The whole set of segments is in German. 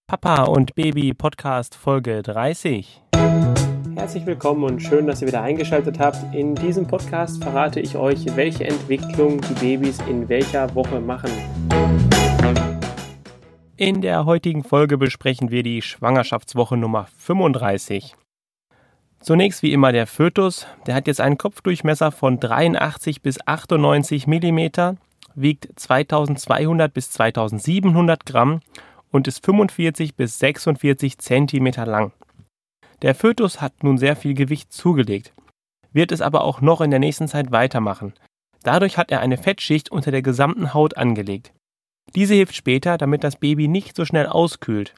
Papa und Baby Podcast Folge 30. Herzlich willkommen und schön, dass ihr wieder eingeschaltet habt. In diesem Podcast verrate ich euch, welche Entwicklung die Babys in welcher Woche machen. In der heutigen Folge besprechen wir die Schwangerschaftswoche Nummer 35. Zunächst wie immer der Fötus. Der hat jetzt einen Kopfdurchmesser von 83 bis 98 mm, wiegt 2200 bis 2700 Gramm und ist 45 bis 46 Zentimeter lang. Der Fötus hat nun sehr viel Gewicht zugelegt, wird es aber auch noch in der nächsten Zeit weitermachen. Dadurch hat er eine Fettschicht unter der gesamten Haut angelegt. Diese hilft später, damit das Baby nicht so schnell auskühlt.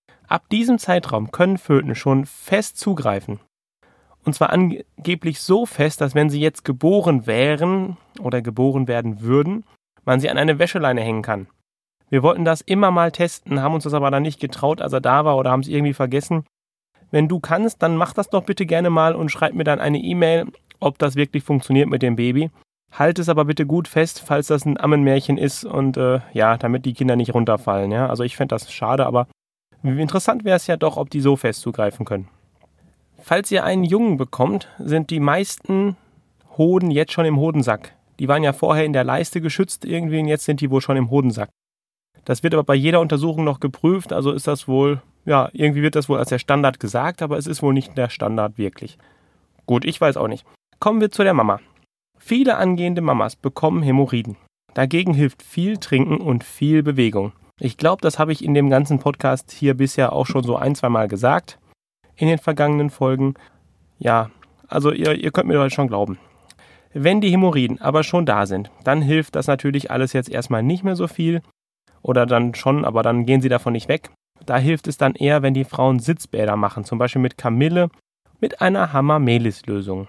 Ab diesem Zeitraum können Föten schon fest zugreifen. Und zwar angeblich so fest, dass wenn sie jetzt geboren wären oder geboren werden würden, man sie an eine Wäscheleine hängen kann. Wir wollten das immer mal testen, haben uns das aber dann nicht getraut, als er da war, oder haben es irgendwie vergessen. Wenn du kannst, dann mach das doch bitte gerne mal und schreib mir dann eine E-Mail, ob das wirklich funktioniert mit dem Baby. Halt es aber bitte gut fest, falls das ein Ammenmärchen ist und damit die Kinder nicht runterfallen. Ja? Also ich fände das schade, aber interessant wäre es ja doch, ob die so fest zugreifen können. Falls ihr einen Jungen bekommt, sind die meisten Hoden jetzt schon im Hodensack. Die waren ja vorher in der Leiste geschützt irgendwie und jetzt sind die wohl schon im Hodensack. Das wird aber bei jeder Untersuchung noch geprüft, also ist das wohl, irgendwie wird das wohl als der Standard gesagt, aber es ist wohl nicht der Standard wirklich. Gut, ich weiß auch nicht. Kommen wir zu der Mama. Viele angehende Mamas bekommen Hämorrhoiden. Dagegen hilft viel Trinken und viel Bewegung. Ich glaube, das habe ich in dem ganzen Podcast hier bisher auch schon so 1-2 Mal gesagt, in den vergangenen Folgen. Ja, also ihr könnt mir doch schon glauben. Wenn die Hämorrhoiden aber schon da sind, dann hilft das natürlich alles jetzt erstmal nicht mehr so viel. Oder dann schon, aber dann gehen sie davon nicht weg. Da hilft es dann eher, wenn die Frauen Sitzbäder machen, zum Beispiel mit Kamille, mit einer Hamamelis-Lösung.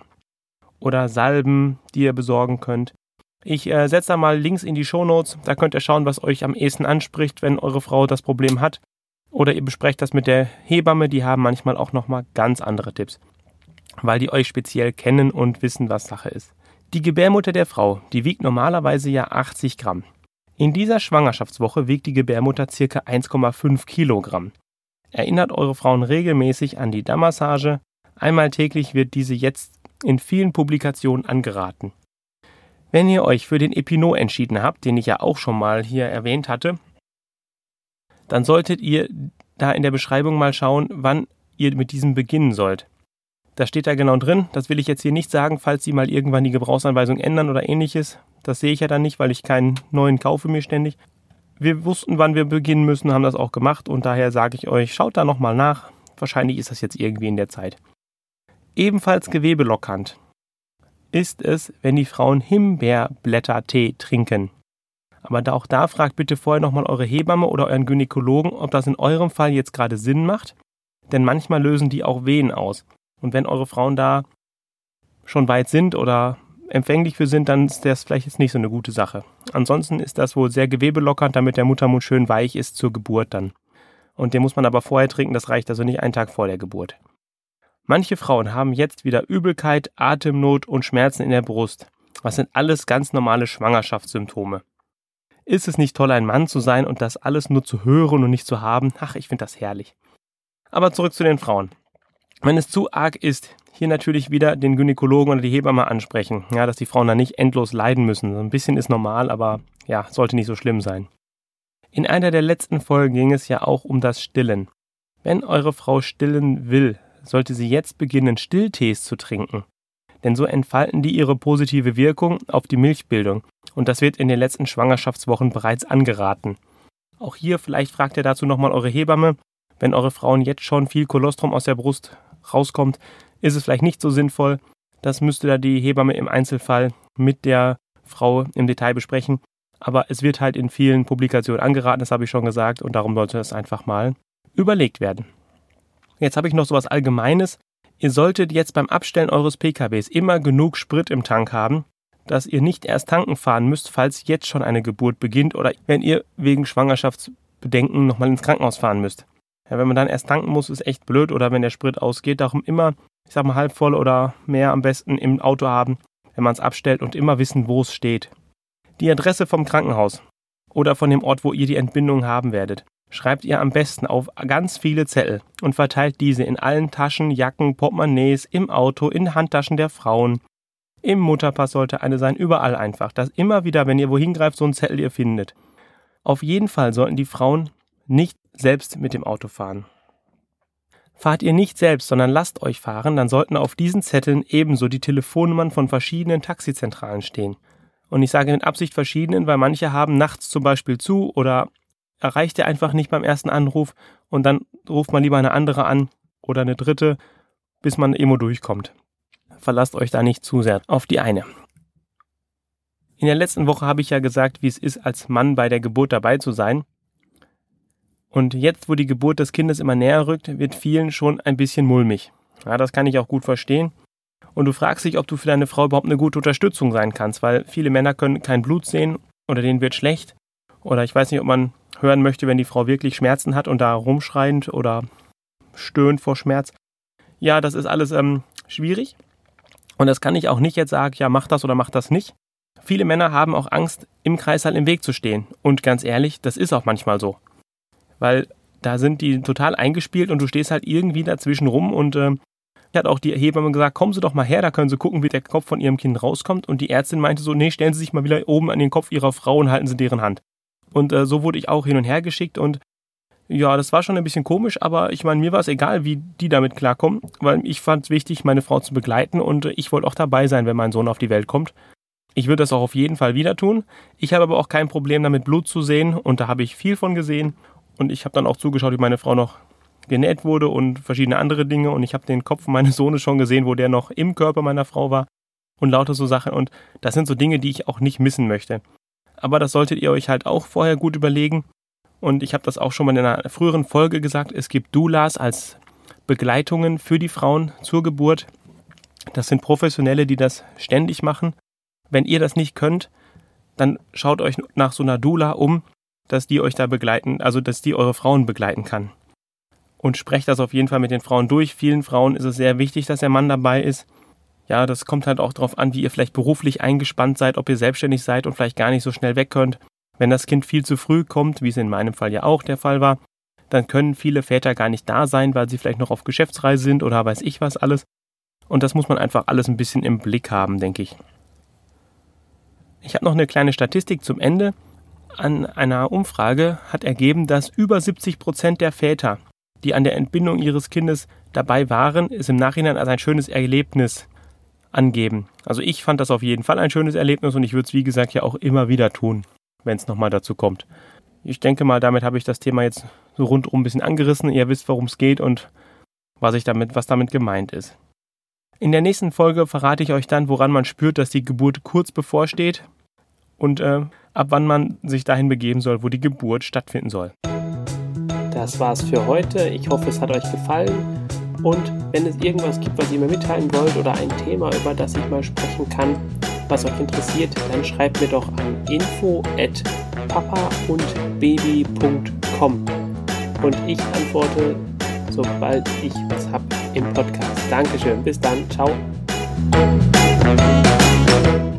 Oder Salben, die ihr besorgen könnt. Ich setze da mal Links in die Shownotes, da könnt ihr schauen, was euch am ehesten anspricht, wenn eure Frau das Problem hat. Oder ihr besprecht das mit der Hebamme, die haben manchmal auch nochmal ganz andere Tipps, weil die euch speziell kennen und wissen, was Sache ist. Die Gebärmutter der Frau, die wiegt normalerweise ja 80 Gramm. In dieser Schwangerschaftswoche wiegt die Gebärmutter ca. 1,5 Kilogramm. Erinnert eure Frauen regelmäßig an die Dammmassage. Einmal täglich wird diese jetzt in vielen Publikationen angeraten. Wenn ihr euch für den Epinot entschieden habt, den ich ja auch schon mal hier erwähnt hatte, dann solltet ihr da in der Beschreibung mal schauen, wann ihr mit diesem beginnen sollt. Das steht da genau drin, das will ich jetzt hier nicht sagen, falls Sie mal irgendwann die Gebrauchsanweisung ändern oder ähnliches. Das sehe ich ja dann nicht, weil ich keinen neuen kaufe mir ständig. Wir wussten, wann wir beginnen müssen, haben das auch gemacht und daher sage ich euch, schaut da nochmal nach. Wahrscheinlich ist das jetzt irgendwie in der Zeit. Ebenfalls gewebelockernd ist es, wenn die Frauen Himbeerblättertee trinken. Aber auch da fragt bitte vorher nochmal eure Hebamme oder euren Gynäkologen, ob das in eurem Fall jetzt gerade Sinn macht, denn manchmal lösen die auch Wehen aus. Und wenn eure Frauen da schon weit sind oder empfänglich für sind, dann ist das vielleicht jetzt nicht so eine gute Sache. Ansonsten ist das wohl sehr gewebelockernd, damit der Muttermund schön weich ist zur Geburt dann. Und den muss man aber vorher trinken, das reicht also nicht einen Tag vor der Geburt. Manche Frauen haben jetzt wieder Übelkeit, Atemnot und Schmerzen in der Brust. Das sind alles ganz normale Schwangerschaftssymptome. Ist es nicht toll, ein Mann zu sein und das alles nur zu hören und nicht zu haben? Ach, ich finde das herrlich. Aber zurück zu den Frauen. Wenn es zu arg ist, hier natürlich wieder den Gynäkologen oder die Hebamme ansprechen, ja, dass die Frauen da nicht endlos leiden müssen. So ein bisschen ist normal, aber ja, sollte nicht so schlimm sein. In einer der letzten Folgen ging es ja auch um das Stillen. Wenn eure Frau stillen will, sollte sie jetzt beginnen, Stilltees zu trinken. Denn so entfalten die ihre positive Wirkung auf die Milchbildung. Und das wird in den letzten Schwangerschaftswochen bereits angeraten. Auch hier, vielleicht fragt ihr dazu nochmal eure Hebamme. Wenn eure Frauen jetzt schon viel Kolostrum aus der Brust rauskommt, ist es vielleicht nicht so sinnvoll. Das müsste da die Hebamme im Einzelfall mit der Frau im Detail besprechen. Aber es wird halt in vielen Publikationen angeraten, das habe ich schon gesagt, und darum sollte es einfach mal überlegt werden. Jetzt habe ich noch so was Allgemeines. Ihr solltet jetzt beim Abstellen eures PKWs immer genug Sprit im Tank haben, dass ihr nicht erst tanken fahren müsst, falls jetzt schon eine Geburt beginnt oder wenn ihr wegen Schwangerschaftsbedenken nochmal ins Krankenhaus fahren müsst. Ja, wenn man dann erst tanken muss, ist echt blöd oder wenn der Sprit ausgeht. Darum immer, ich sag mal, halb voll oder mehr am besten im Auto haben, wenn man es abstellt und immer wissen, wo es steht. Die Adresse vom Krankenhaus oder von dem Ort, wo ihr die Entbindung haben werdet, schreibt ihr am besten auf ganz viele Zettel und verteilt diese in allen Taschen, Jacken, Portemonnaies, im Auto, in Handtaschen der Frauen. Im Mutterpass sollte eine sein, überall einfach, dass immer wieder, wenn ihr wohin greift, so einen Zettel ihr findet. Auf jeden Fall sollten die Frauen nicht selbst mit dem Auto fahren. Fahrt ihr nicht selbst, sondern lasst euch fahren, dann sollten auf diesen Zetteln ebenso die Telefonnummern von verschiedenen Taxizentralen stehen. Und ich sage mit Absicht verschiedenen, weil manche haben nachts zum Beispiel zu oder erreicht ihr einfach nicht beim ersten Anruf und dann ruft man lieber eine andere an oder eine dritte, bis man irgendwo durchkommt. Verlasst euch da nicht zu sehr auf die eine. In der letzten Woche habe ich ja gesagt, wie es ist, als Mann bei der Geburt dabei zu sein. Und jetzt, wo die Geburt des Kindes immer näher rückt, wird vielen schon ein bisschen mulmig. Ja, das kann ich auch gut verstehen. Und du fragst dich, ob du für deine Frau überhaupt eine gute Unterstützung sein kannst, weil viele Männer können kein Blut sehen oder denen wird schlecht. Oder ich weiß nicht, ob man hören möchte, wenn die Frau wirklich Schmerzen hat und da rumschreiend oder stöhnt vor Schmerz. Ja, das ist alles schwierig. Und das kann ich auch nicht jetzt sagen, ja, mach das oder mach das nicht. Viele Männer haben auch Angst, im Kreißsaal im Weg zu stehen. Und ganz ehrlich, das ist auch manchmal so. Weil da sind die total eingespielt und du stehst halt irgendwie dazwischen rum und hat auch die Hebamme gesagt, kommen Sie doch mal her, da können Sie gucken, wie der Kopf von Ihrem Kind rauskommt. Und die Ärztin meinte so, nee, stellen Sie sich mal wieder oben an den Kopf Ihrer Frau und halten Sie deren Hand. Und so wurde ich auch hin und her geschickt und ja, das war schon ein bisschen komisch, aber ich meine, mir war es egal, wie die damit klarkommen, weil ich fand es wichtig, meine Frau zu begleiten und ich wollte auch dabei sein, wenn mein Sohn auf die Welt kommt. Ich würde das auch auf jeden Fall wieder tun. Ich habe aber auch kein Problem damit, Blut zu sehen und da habe ich viel von gesehen und ich habe dann auch zugeschaut, wie meine Frau noch genäht wurde und verschiedene andere Dinge und ich habe den Kopf meines Sohnes schon gesehen, wo der noch im Körper meiner Frau war und lauter so Sachen und das sind so Dinge, die ich auch nicht missen möchte. Aber das solltet ihr euch halt auch vorher gut überlegen und ich habe das auch schon mal in einer früheren Folge gesagt, es gibt Doulas als Begleitungen für die Frauen zur Geburt. Das sind Professionelle, die das ständig machen. Wenn ihr das nicht könnt, dann schaut euch nach so einer Doula um, dass die euch da begleiten, also dass die eure Frauen begleiten kann. Und sprecht das auf jeden Fall mit den Frauen durch. Vielen Frauen ist es sehr wichtig, dass der Mann dabei ist. Ja, das kommt halt auch darauf an, wie ihr vielleicht beruflich eingespannt seid, ob ihr selbstständig seid und vielleicht gar nicht so schnell weg könnt. Wenn das Kind viel zu früh kommt, wie es in meinem Fall ja auch der Fall war, dann können viele Väter gar nicht da sein, weil sie vielleicht noch auf Geschäftsreise sind oder weiß ich was alles. Und das muss man einfach alles ein bisschen im Blick haben, denke ich. Ich habe noch eine kleine Statistik zum Ende. An einer Umfrage hat ergeben, dass über 70% der Väter, die an der Entbindung ihres Kindes dabei waren, es im Nachhinein als ein schönes Erlebnis angeben. Also ich fand das auf jeden Fall ein schönes Erlebnis und ich würde es, wie gesagt, ja auch immer wieder tun, wenn es nochmal dazu kommt. Ich denke mal, damit habe ich das Thema jetzt so rundum ein bisschen angerissen. Ihr wisst, worum es geht und was damit gemeint ist. In der nächsten Folge verrate ich euch dann, woran man spürt, dass die Geburt kurz bevorsteht und ab wann man sich dahin begeben soll, wo die Geburt stattfinden soll. Das war's für heute. Ich hoffe, es hat euch gefallen. Und wenn es irgendwas gibt, was ihr mir mitteilen wollt oder ein Thema, über das ich mal sprechen kann, was euch interessiert, dann schreibt mir doch an info@papaundbaby.com und ich antworte, sobald ich was hab im Podcast. Dankeschön, bis dann, ciao.